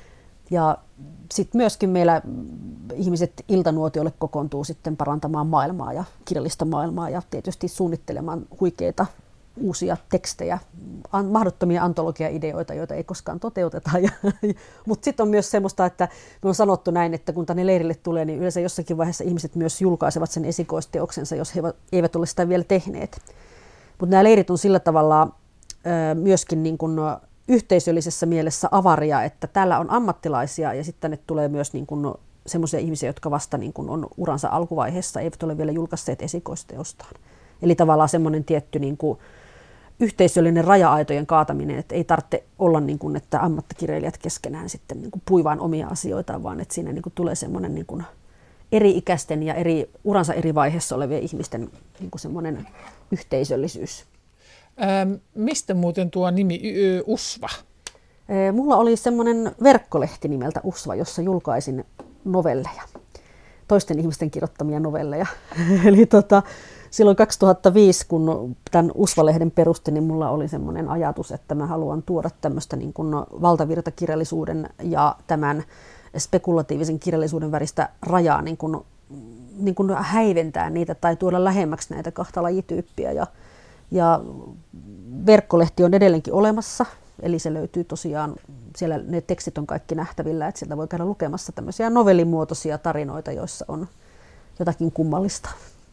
Ja sitten myöskin meillä ihmiset iltanuotiolle kokoontuu sitten parantamaan maailmaa ja kirjallista maailmaa ja tietysti suunnittelemaan huikeita uusia tekstejä, mahdottomia antologia-ideoita, joita ei koskaan toteuteta. Mutta sitten on myös semmoista, että me on sanottu näin, että kun tänne leirille tulee, niin yleensä jossakin vaiheessa ihmiset myös julkaisevat sen esikoisteoksensa, jos he eivät ole sitä vielä tehneet. Mutta nämä leirit on sillä tavalla myöskin niin kuin yhteisöllisessä mielessä avaria, että täällä on ammattilaisia ja sitten tänne tulee myös niin kuin semmoisia ihmisiä, jotka vasta niin kuin on uransa alkuvaiheessa, eivät ole vielä julkaisseet esikoisteostaan. Eli tavallaan semmoinen tietty niin kuin yhteisöllinen raja-aitojen kaataminen, että ei tarvitse olla niin kuin, että ammattikirjailijat keskenään sitten niin kuin puivaan omia asioitaan, vaan että siinä niin kuin tulee semmoinen niin kuin eri-ikäisten ja eri, uransa eri vaiheessa olevien ihmisten niin kuin semmoinen yhteisöllisyys. Ähm, mistä muuten tuo nimi U S V A? Mulla oli semmoinen verkkolehti nimeltä U S V A, jossa julkaisin novelleja, toisten ihmisten kirjoittamia novelleja. Eli tota, silloin kaksituhattaviisi, kun tämän U S V A-lehden perustin, niin mulla oli semmoinen ajatus, että mä haluan tuoda tämmöistä niin kuin valtavirtakirjallisuuden ja tämän spekulatiivisen kirjallisuuden välistä rajaa niin kuin, niin kuin häiventää niitä tai tuoda lähemmäksi näitä kahta lajityyppiä. Ja, ja verkkolehti on edelleenkin olemassa, eli se löytyy tosiaan, siellä ne tekstit on kaikki nähtävillä, että sieltä voi käydä lukemassa tämmöisiä novellimuotoisia tarinoita, joissa on jotakin kummallista.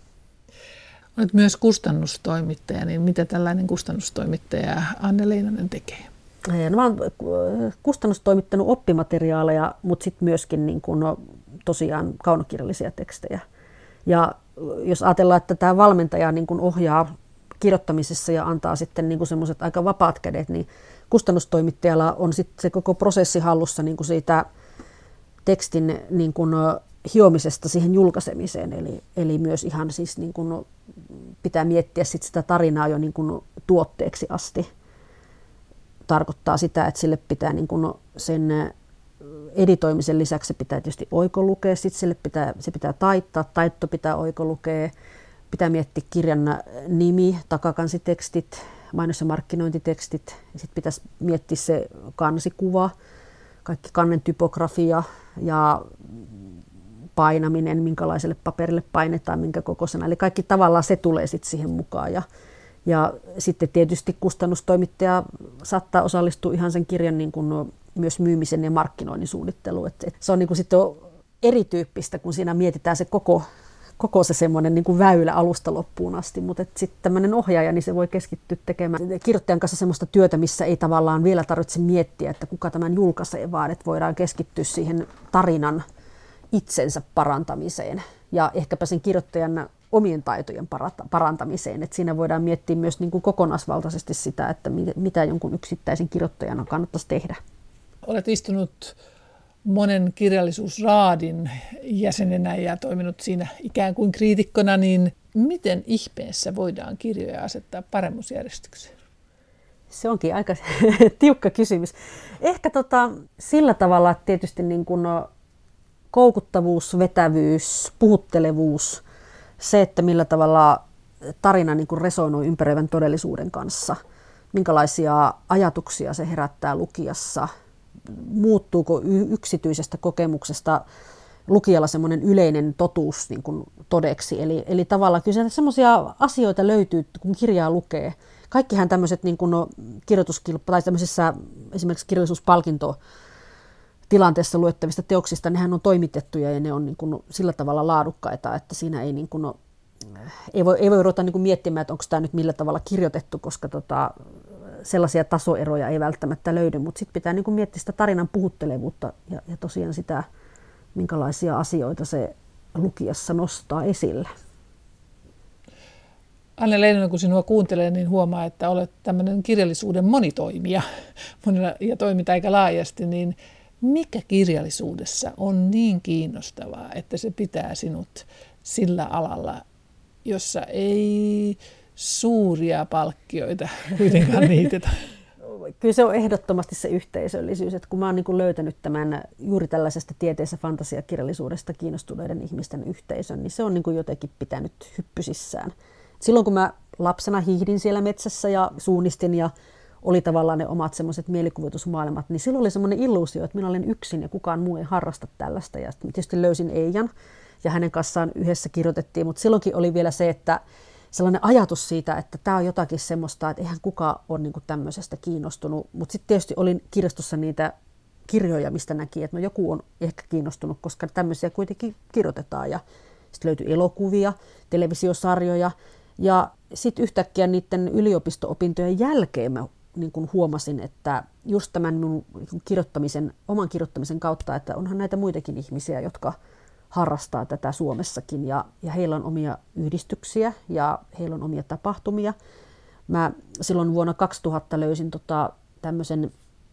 Olet myös kustannustoimittaja, niin mitä tällainen kustannustoimittaja Anne Leinonen tekee? No, mä oon kustannustoimittanut oppimateriaaleja, mutta sitten myöskin niin kun, no, tosiaan kaunokirjallisia tekstejä. Ja jos ajatellaan, että tämä valmentaja niin kun ohjaa kirjoittamisessa ja antaa sitten niin kun semmoiset aika vapaat kädet, niin kustannustoimittajalla on sitten se koko prosessi hallussa niin kun siitä tekstin niin kun hiomisesta siihen julkaisemiseen. Eli, eli myös ihan siis niin kun pitää miettiä sit sitä tarinaa jo niin kuin tuotteeksi asti. Tarkoittaa sitä, että sille pitää niin kuin sen editoimisen lisäksi se pitää tietysti oikolukea, sitten sille pitää, se pitää taittaa, taitto pitää oikolukea, pitää miettiä kirjan nimi, takakansitekstit, mainos- ja markkinointitekstit, sitten pitäisi miettiä se kansikuva, kaikki kannen typografia ja painaminen, minkälaiselle paperille painetaan, minkä kokoisena. Eli kaikki tavallaan se tulee sitten siihen mukaan. Ja, ja sitten tietysti kustannustoimittaja saattaa osallistua ihan sen kirjan niin kuin myös myymisen ja markkinoinnin suunnitteluun. Et se on niin kuin sitten erityyppistä, kun siinä mietitään se koko, koko se semmoinen niin kuin väylä alusta loppuun asti. Mutta sitten tämmöinen ohjaaja, niin se voi keskittyä tekemään kirjoittajan kanssa semmoista työtä, missä ei tavallaan vielä tarvitse miettiä, että kuka tämän julkaisee, vaan että voidaan keskittyä siihen tarinan itsensä parantamiseen ja ehkäpä sen kirjoittajan omien taitojen parantamiseen. Et siinä voidaan miettiä myös niin kuin kokonaisvaltaisesti sitä, että mitä jonkun yksittäisen kirjoittajana kannattaisi tehdä. Olet istunut monen kirjallisuusraadin jäsenenä ja toiminut siinä ikään kuin kriitikkona, niin miten ihmeessä voidaan kirjoja asettaa paremmuusjärjestykseen? Se onkin aika tiukka kysymys. Ehkä tota, sillä tavalla, että tietysti niin kuin koukuttavuus, vetävyys, puhuttelevuus, se, että millä tavalla tarina niin kuin resonoi ympäröivän todellisuuden kanssa, minkälaisia ajatuksia se herättää lukijassa, muuttuuko yksityisestä kokemuksesta lukijalla semmoinen yleinen totuus niin kuin todeksi. Eli, eli tavallaan kyllä semmoisia asioita löytyy, kun kirjaa lukee. Kaikkihan tämmöiset niin kuin no, kirjoituskilpailuissa tai tämmöisissä esimerkiksi kirjallisuuspalkinto tilanteessa luettavista teoksista, nehän on toimitettuja ja ne on niin kuin sillä tavalla laadukkaita, että siinä ei, niin kuin, no, ei voi, ei voi ruveta niin kuin miettimään, että onko tämä nyt millä tavalla kirjoitettu, koska tota, sellaisia tasoeroja ei välttämättä löydy, mutta sitten pitää niin kuin miettiä sitä tarinan puhuttelevuutta ja, ja tosiaan sitä, minkälaisia asioita se lukijassa nostaa esille. Anne Leinonen, kun sinua kuuntelee, niin huomaa, että olet tämmöinen kirjallisuuden monitoimija ja toimit aika laajasti, niin mikä kirjallisuudessa on niin kiinnostavaa, että se pitää sinut sillä alalla, jossa ei suuria palkkioita kuitenkaan niitetä? Kyllä se on ehdottomasti se yhteisöllisyys, että kun mä oon niin kuin löytänyt tämän juuri tällaisesta tieteessä fantasiakirjallisuudesta kiinnostuneiden ihmisten yhteisön, niin se on niin kuin jotenkin pitänyt hyppysissään. Silloin kun mä lapsena hiihdin siellä metsässä ja suunnistin ja oli tavallaan ne omat semmoiset mielikuvitusmaailmat, niin silloin oli semmoinen illuusio, että minä olen yksin ja kukaan muu ei harrasta tällaista. Ja tietysti löysin Eijan ja hänen kanssaan yhdessä kirjoitettiin, mutta silloinkin oli vielä se, että sellainen ajatus siitä, että tämä on jotakin semmoista, että eihän kukaan ole niin kuin tämmöisestä kiinnostunut. Mutta sitten tietysti olin kirjastossa niitä kirjoja, mistä näki, että no joku on ehkä kiinnostunut, koska tämmöisiä kuitenkin kirjoitetaan. Ja sitten löytyi elokuvia, televisiosarjoja ja sitten yhtäkkiä niiden yliopisto-opintojen jälkeen mä niin kuin huomasin, että just tämän minun kirjoittamisen, oman kirjoittamisen kautta, että onhan näitä muitakin ihmisiä, jotka harrastaa tätä Suomessakin ja, ja heillä on omia yhdistyksiä ja heillä on omia tapahtumia. Mä silloin vuonna kaksituhatta löysin tota, tämmöisen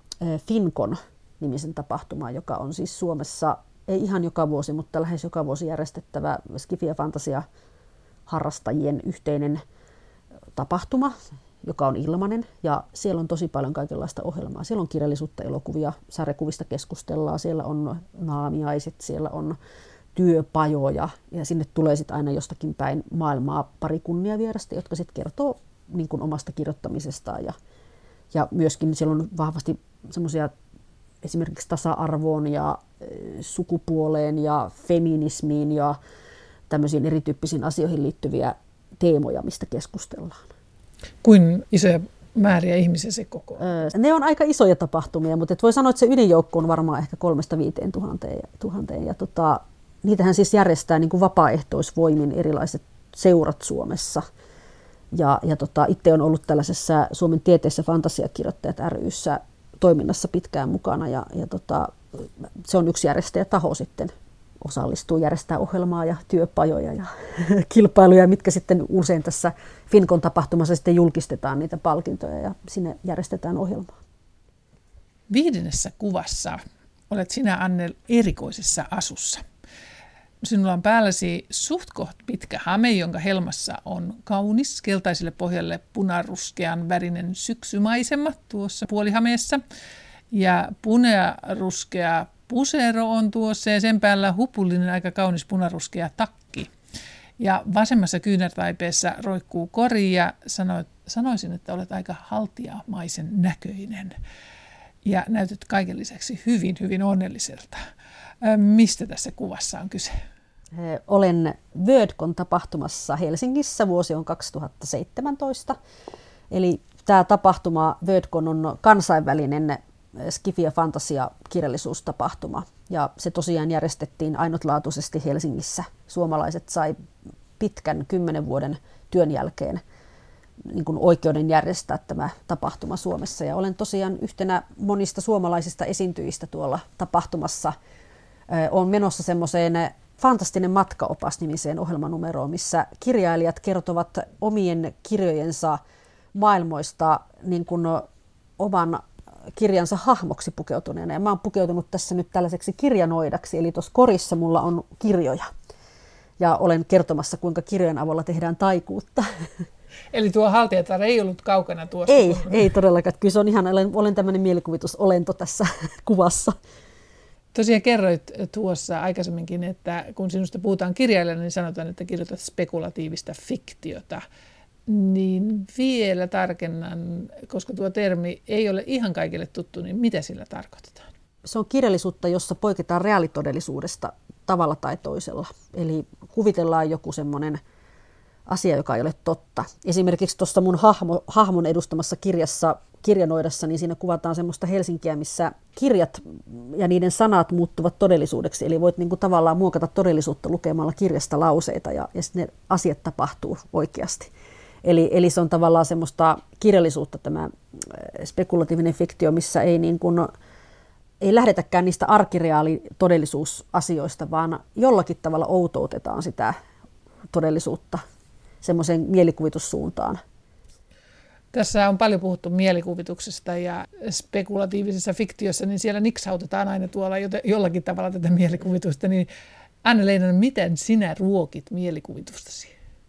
Finkon-nimisen tapahtuman, joka on siis Suomessa, ei ihan joka vuosi, mutta lähes joka vuosi järjestettävä skifi- ja fantasia-harrastajien yhteinen tapahtuma, joka on ilmainen ja siellä on tosi paljon kaikenlaista ohjelmaa. Siellä on kirjallisuutta, elokuvia, sarjakuvista keskustellaan, siellä on naamiaiset, siellä on työpajoja ja sinne tulee sitten aina jostakin päin maailmaa pari kunniavierasta, jotka sitten kertoo niin kuin omasta kirjoittamisestaan ja, ja myöskin siellä on vahvasti semmoisia esimerkiksi tasa-arvoon ja sukupuoleen ja feminismiin ja tämmöisiin erityyppisiin asioihin liittyviä teemoja, mistä keskustellaan. Kuin isoja määriä ihmisiä se koko? Ne on aika isoja tapahtumia, mutta et voi sanoa, että se ydinjoukko on varmaan ehkä kolmesta viiteen tuhanteen. Ja tota, niitähän siis järjestää niin kuin vapaaehtoisvoimin erilaiset seurat Suomessa. Ja, ja tota, itse on ollut tällaisessa Suomen tieteessä fantasiakirjoittajat ry:ssä toiminnassa pitkään mukana. Ja, ja tota, se on yksi järjestäjätaho sitten. Osallistuu, järjestää ohjelmaa ja työpajoja ja kilpailuja, mitkä sitten usein tässä Finkon tapahtumassa sitten julkistetaan niitä palkintoja ja sinne järjestetään ohjelmaa. Viidennessä kuvassa olet sinä, Anne, erikoisessa asussa. sinulla on päälläsi suht koht pitkä hame, jonka helmassa on kaunis keltaiselle pohjalle punaruskean värinen syksymaisema tuossa puolihameessa. Ja punaruskea pusero on tuossa ja sen päällä hupullinen aika kaunis punaruskea takki. Ja vasemmassa kyynärtaipeessa roikkuu kori ja sanoit, sanoisin, että olet aika haltiamaisen näköinen. Ja näytät kaiken lisäksi hyvin, hyvin onnelliselta. Mistä tässä kuvassa on kyse? Olen Wordcon tapahtumassa Helsingissä, vuosi on kaksituhattaseitsemäntoista. Eli tämä tapahtuma Wordcon on kansainvälinen skifi- ja fantasia-kirjallisuustapahtuma. Ja se tosiaan järjestettiin ainutlaatuisesti Helsingissä. Suomalaiset sai pitkän kymmenen vuoden työn jälkeen niin kuin oikeuden järjestää tämä tapahtuma Suomessa. Ja olen tosiaan yhtenä monista suomalaisista esiintyjistä tuolla tapahtumassa. Olen menossa semmoiseen Fantastinen matkaopas-nimiseen ohjelmanumeroon, missä kirjailijat kertovat omien kirjojensa maailmoista niin kuin oman kirjansa hahmoksi pukeutuneena. Ja mä oon pukeutunut tässä nyt tällaiseksi kirjanoidaksi, eli tuossa korissa mulla on kirjoja. Ja olen kertomassa, kuinka kirjojen avulla tehdään taikuutta. Eli tuo haltijatar ei ollut kaukana tuosta? Ei, ei todellakaan. Kyllä se on ihan, olen, olen tämmöinen mielikuvitusolento tässä kuvassa. Tosiaan kerroit tuossa aikaisemminkin, että kun sinusta puhutaan kirjailijana, niin sanotaan, että kirjoitat spekulatiivista fiktiota. Niin vielä tarkennan, koska tuo termi ei ole ihan kaikille tuttu, niin mitä sillä tarkoitetaan? Se on kirjallisuutta, jossa poiketaan reaalitodellisuudesta tavalla tai toisella. Eli kuvitellaan joku semmoinen asia, joka ei ole totta. Esimerkiksi tuossa mun hahmo, hahmon edustamassa kirjassa, kirjanoidassa, niin siinä kuvataan semmoista Helsinkiä, missä kirjat ja niiden sanat muuttuvat todellisuudeksi. Eli voit niinku tavallaan muokata todellisuutta lukemalla kirjasta lauseita ja, ja sitten ne asiat tapahtuu oikeasti. Eli, eli se on tavallaan semmoista kirjallisuutta tämä spekulatiivinen fiktio, missä ei, niin kuin, ei lähdetäkään niistä arkireaalitodellisuusasioista, vaan jollakin tavalla outoutetaan sitä todellisuutta semmoiseen mielikuvitussuuntaan. Tässä on paljon puhuttu mielikuvituksesta ja spekulatiivisessa fiktiossa, niin siellä niksautetaan aina tuolla jollakin tavalla tätä mielikuvitusta. Niin Anna-Leena, miten sinä ruokit mielikuvitustasi?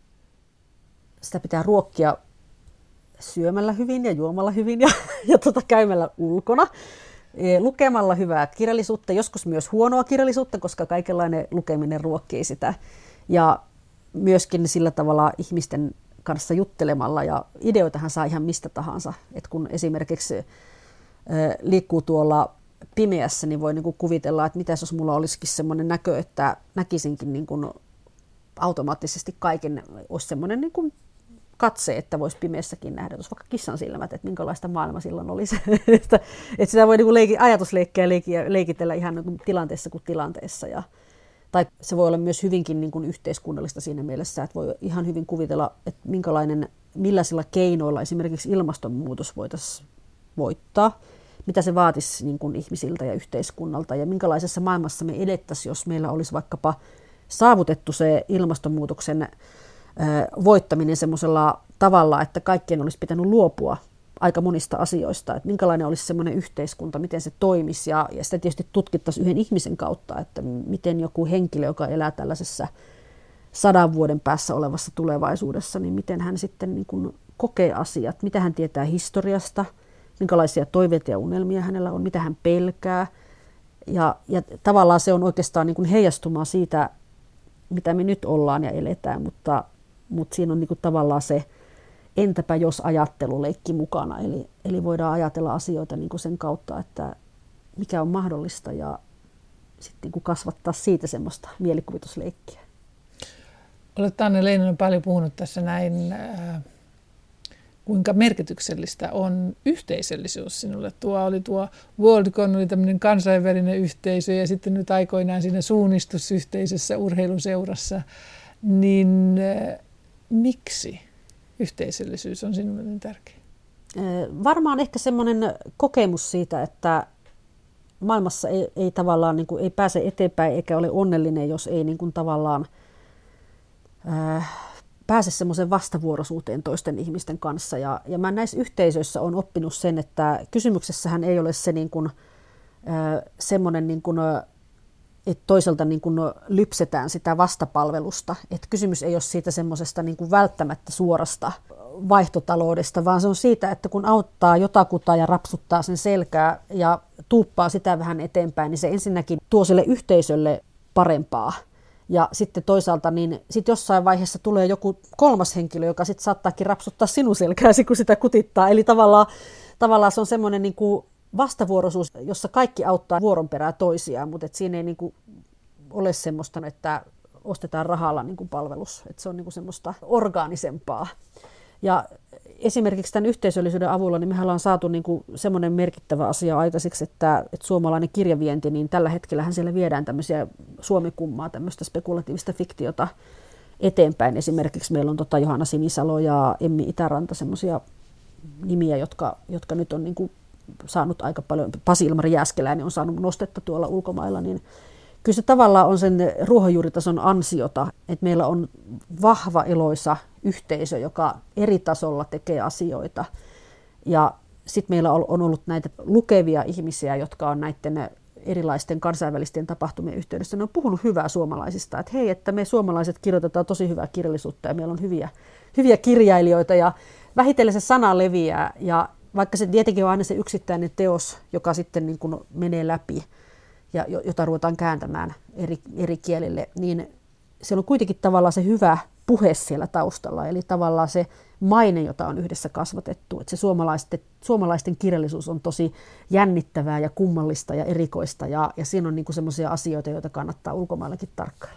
Sitä pitää ruokkia syömällä hyvin ja juomalla hyvin ja, ja tota, käymällä ulkona, lukemalla hyvää kirjallisuutta, joskus myös huonoa kirjallisuutta, koska kaikenlainen lukeminen ruokkii sitä. Ja myöskin sillä tavalla ihmisten kanssa juttelemalla, ja ideoitahan saa ihan mistä tahansa. Et kun esimerkiksi äh, liikkuu tuolla pimeässä, niin voi niinku kuvitella, että mitäs jos mulla olisikin semmoinen näkö, että näkisinkin niinku automaattisesti kaiken, olisi semmoinen niinku katse, että voisi pimeässäkin nähdä, jos vaikka kissan silmät, että minkälaista maailma silloin olisi. että, että sitä voi niinku leiki, ajatusleikkiä leikkiä, leikitellä ihan niinku tilanteessa kuin tilanteessa. Ja, tai se voi olla myös hyvinkin niin kuin yhteiskunnallista siinä mielessä, että voi ihan hyvin kuvitella, että minkälainen, millaisilla keinoilla esimerkiksi ilmastonmuutos voitaisiin voittaa, mitä se vaatisi niin kuin ihmisiltä ja yhteiskunnalta ja minkälaisessa maailmassa me edettäisiin, jos meillä olisi vaikkapa saavutettu se ilmastonmuutoksen äh, voittaminen semmoisella tavalla, että kaikkien olisi pitänyt luopua aika monista asioista, että minkälainen olisi semmoinen yhteiskunta, miten se toimisi, ja, ja sitä tietysti tutkittaisiin yhden ihmisen kautta, että miten joku henkilö, joka elää tällaisessa sadan vuoden päässä olevassa tulevaisuudessa, niin miten hän sitten niin kuin kokee asiat, mitä hän tietää historiasta, minkälaisia toiveita ja unelmia hänellä on, mitä hän pelkää, ja, ja tavallaan se on oikeastaan niin kuin heijastumaa siitä, mitä me nyt ollaan ja eletään, mutta, mutta siinä on niin kuin tavallaan se entäpä jos ajatteluleikki mukana, eli, eli voidaan ajatella asioita niin kuin sen kautta, että mikä on mahdollista ja sitten niin kuin kasvattaa siitä semmoista mielikuvitusleikkiä. Olet Anna-Leena paljon puhunut tässä näin, äh, kuinka merkityksellistä on yhteisöllisyys sinulle. Tuo oli tuo Worldcon, oli tämmöinen kansainvälinen yhteisö ja sitten nyt aikoinaan siinä suunnistusyhteisössä, urheiluseurassa, niin äh, miksi yhteisöllisyys on sinulle niin tärkeä? Varmaan ehkä semmoinen kokemus siitä, että maailmassa ei, ei tavallaan niin kuin, ei pääse eteenpäin eikä ole onnellinen, jos ei niin kuin, tavallaan äh, pääse semmoisen vastavuoroisuuteen toisten ihmisten kanssa. Ja, ja mä näissä yhteisöissä olen oppinut sen, että kysymyksessähän ei ole se niin kuin, äh, semmoinen niin kuin, että toisaalta niin kuin lypsetään sitä vastapalvelusta. Että kysymys ei ole siitä semmoisesta niin kuin välttämättä suorasta vaihtotaloudesta, vaan se on siitä, että kun auttaa jotakuta ja rapsuttaa sen selkää ja tuuppaa sitä vähän eteenpäin, niin se ensinnäkin tuo sille yhteisölle parempaa. Ja sitten toisaalta niin sit jossain vaiheessa tulee joku kolmas henkilö, joka sitten saattaakin rapsuttaa sinun selkääsi, kun sitä kutittaa. Eli tavallaan, tavallaan se on semmoinen niin kuin vastavuoroisuus, jossa kaikki auttaa vuoron perään toisiaan, mutta et siinä ei niin kuin ole semmoista, että ostetaan rahalla niin kuin palvelus. Et se on niin kuin semmoista orgaanisempaa. Ja esimerkiksi tämän yhteisöllisyyden avulla niin mehän ollaan saatu niin kuin semmoinen merkittävä asia aikaiseksi, että, että suomalainen kirjavienti, niin tällä hetkellähän siellä viedään tämmöisiä suomikummaa, tämmöistä spekulatiivista fiktiota eteenpäin. Esimerkiksi meillä on tota Johanna Sinisalo ja Emmi Itäranta, semmoisia nimiä, jotka, jotka nyt on niin kuin saanut aika paljon, Pasi Ilmari Jääskeläinen on saanut nostetta tuolla ulkomailla, niin kyllä se tavallaan on sen ruohonjuuritason ansiota, että meillä on vahva eloisa yhteisö, joka eri tasolla tekee asioita. Ja sitten meillä on ollut näitä lukevia ihmisiä, jotka on näiden erilaisten kansainvälisten tapahtumien yhteydessä. Ne on puhunut hyvää suomalaisista, että hei, että me suomalaiset kirjoitetaan tosi hyvää kirjallisuutta ja meillä on hyviä, hyviä kirjailijoita ja vähitellen se sana leviää. Ja vaikka se tietenkin on aina se yksittäinen teos, joka sitten niin kuin menee läpi, ja jota ruvetaan kääntämään eri, eri kielille, niin siellä on kuitenkin tavallaan se hyvä puhe siellä taustalla, eli tavallaan se maine, jota on yhdessä kasvatettu, että se suomalaisten, suomalaisten kirjallisuus on tosi jännittävää ja kummallista ja erikoista, ja, ja siinä on niinku semmoisia asioita, joita kannattaa ulkomaillakin tarkkailla.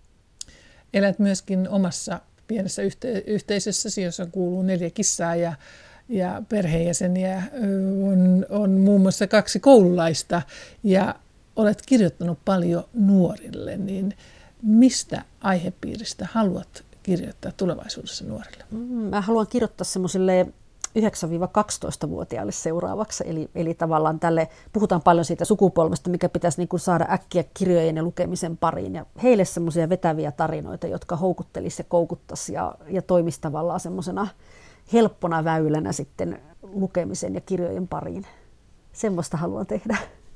Elät myöskin omassa pienessä yhte- yhteisössäsi, jossa kuuluu neljä kissaa ja, ja perheenjäseniä, on, on muun muassa kaksi koululaista, ja olet kirjoittanut paljon nuorille, niin mistä aihepiiristä haluat kirjoittaa tulevaisuudessa nuorille? Mä haluan kirjoittaa semmoisille yhdeksän-kaksitoista-vuotiaille seuraavaksi, eli, eli tavallaan tälle, puhutaan paljon siitä sukupolvesta, mikä pitäisi niin kuin saada äkkiä kirjojen ja lukemisen pariin, ja heille semmoisia vetäviä tarinoita, jotka houkuttelisi ja koukuttaisi ja, ja toimisi tavallaan semmoisena helppona väylänä sitten lukemisen ja kirjojen pariin. Semmoista haluan tehdä.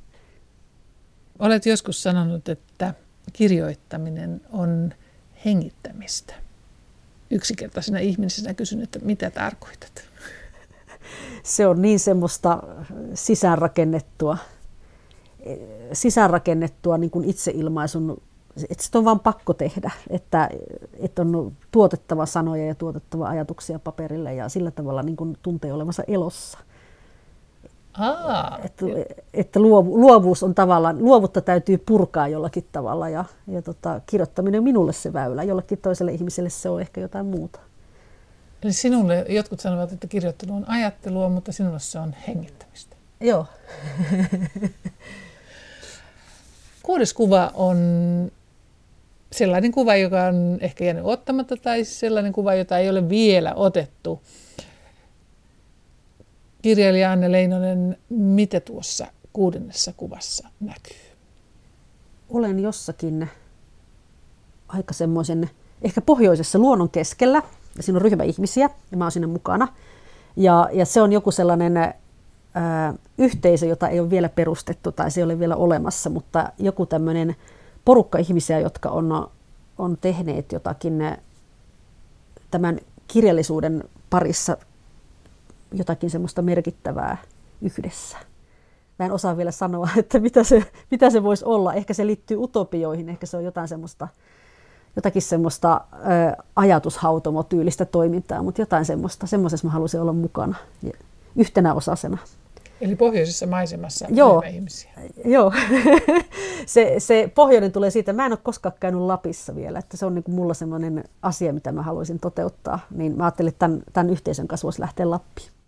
Olet joskus sanonut, että kirjoittaminen on hengittämistä. Yksinkertaisena ihmisenä kysyn, että mitä tarkoitat? Se on niin semmoista sisäänrakennettua, sisäänrakennettua niin kuin itseilmaisun, että sitä on vaan pakko tehdä, että, että on tuotettava sanoja ja tuotettava ajatuksia paperille ja sillä tavalla niin kuin tuntee olevansa elossa. Aa, että että luovu, luovuus on tavallaan, luovuutta täytyy purkaa jollakin tavalla ja, ja tota, kirjoittaminen on minulle se väylä, jollekin toiselle ihmiselle se on ehkä jotain muuta. Eli sinulle, jotkut sanovat, että kirjoittelu on ajattelua, mutta sinulle se on hengittämistä. Joo. Kuudes kuva on sellainen kuva, joka on ehkä jäänyt ottamatta, tai sellainen kuva, jota ei ole vielä otettu. Kirjailija Anne Leinonen, mitä tuossa kuudennessa kuvassa näkyy? Olen jossakin aika semmoisen, ehkä pohjoisessa luonnon keskellä, ja siinä on ryhmä ihmisiä, ja mä oon siinä mukana. Ja, ja se on joku sellainen ää, yhteisö, jota ei ole vielä perustettu, tai se ei ole vielä olemassa, mutta joku tämmöinen porukka ihmisiä, jotka on, on tehneet jotakin tämän kirjallisuuden parissa jotakin semmoista merkittävää yhdessä. Mä en osaa vielä sanoa, että mitä se, mitä se voisi olla. Ehkä se liittyy utopioihin, ehkä se on jotain semmoista, jotakin semmoista ä, ajatushautomotyylistä toimintaa, mutta jotain semmoista. Semmoisessa mä haluaisin olla mukana yhtenä osasena. Eli pohjoisessa maisemassa Joo. ihmisiä. Joo. se, se pohjoinen tulee siitä. Mä en ole koskaan käynyt Lapissa vielä, että se on niin kuin mulla semmoinen asia, mitä mä haluaisin toteuttaa. Niin mä ajattelin, että tämän, tämän yhteisön kanssa voisi lähteä Lappiin.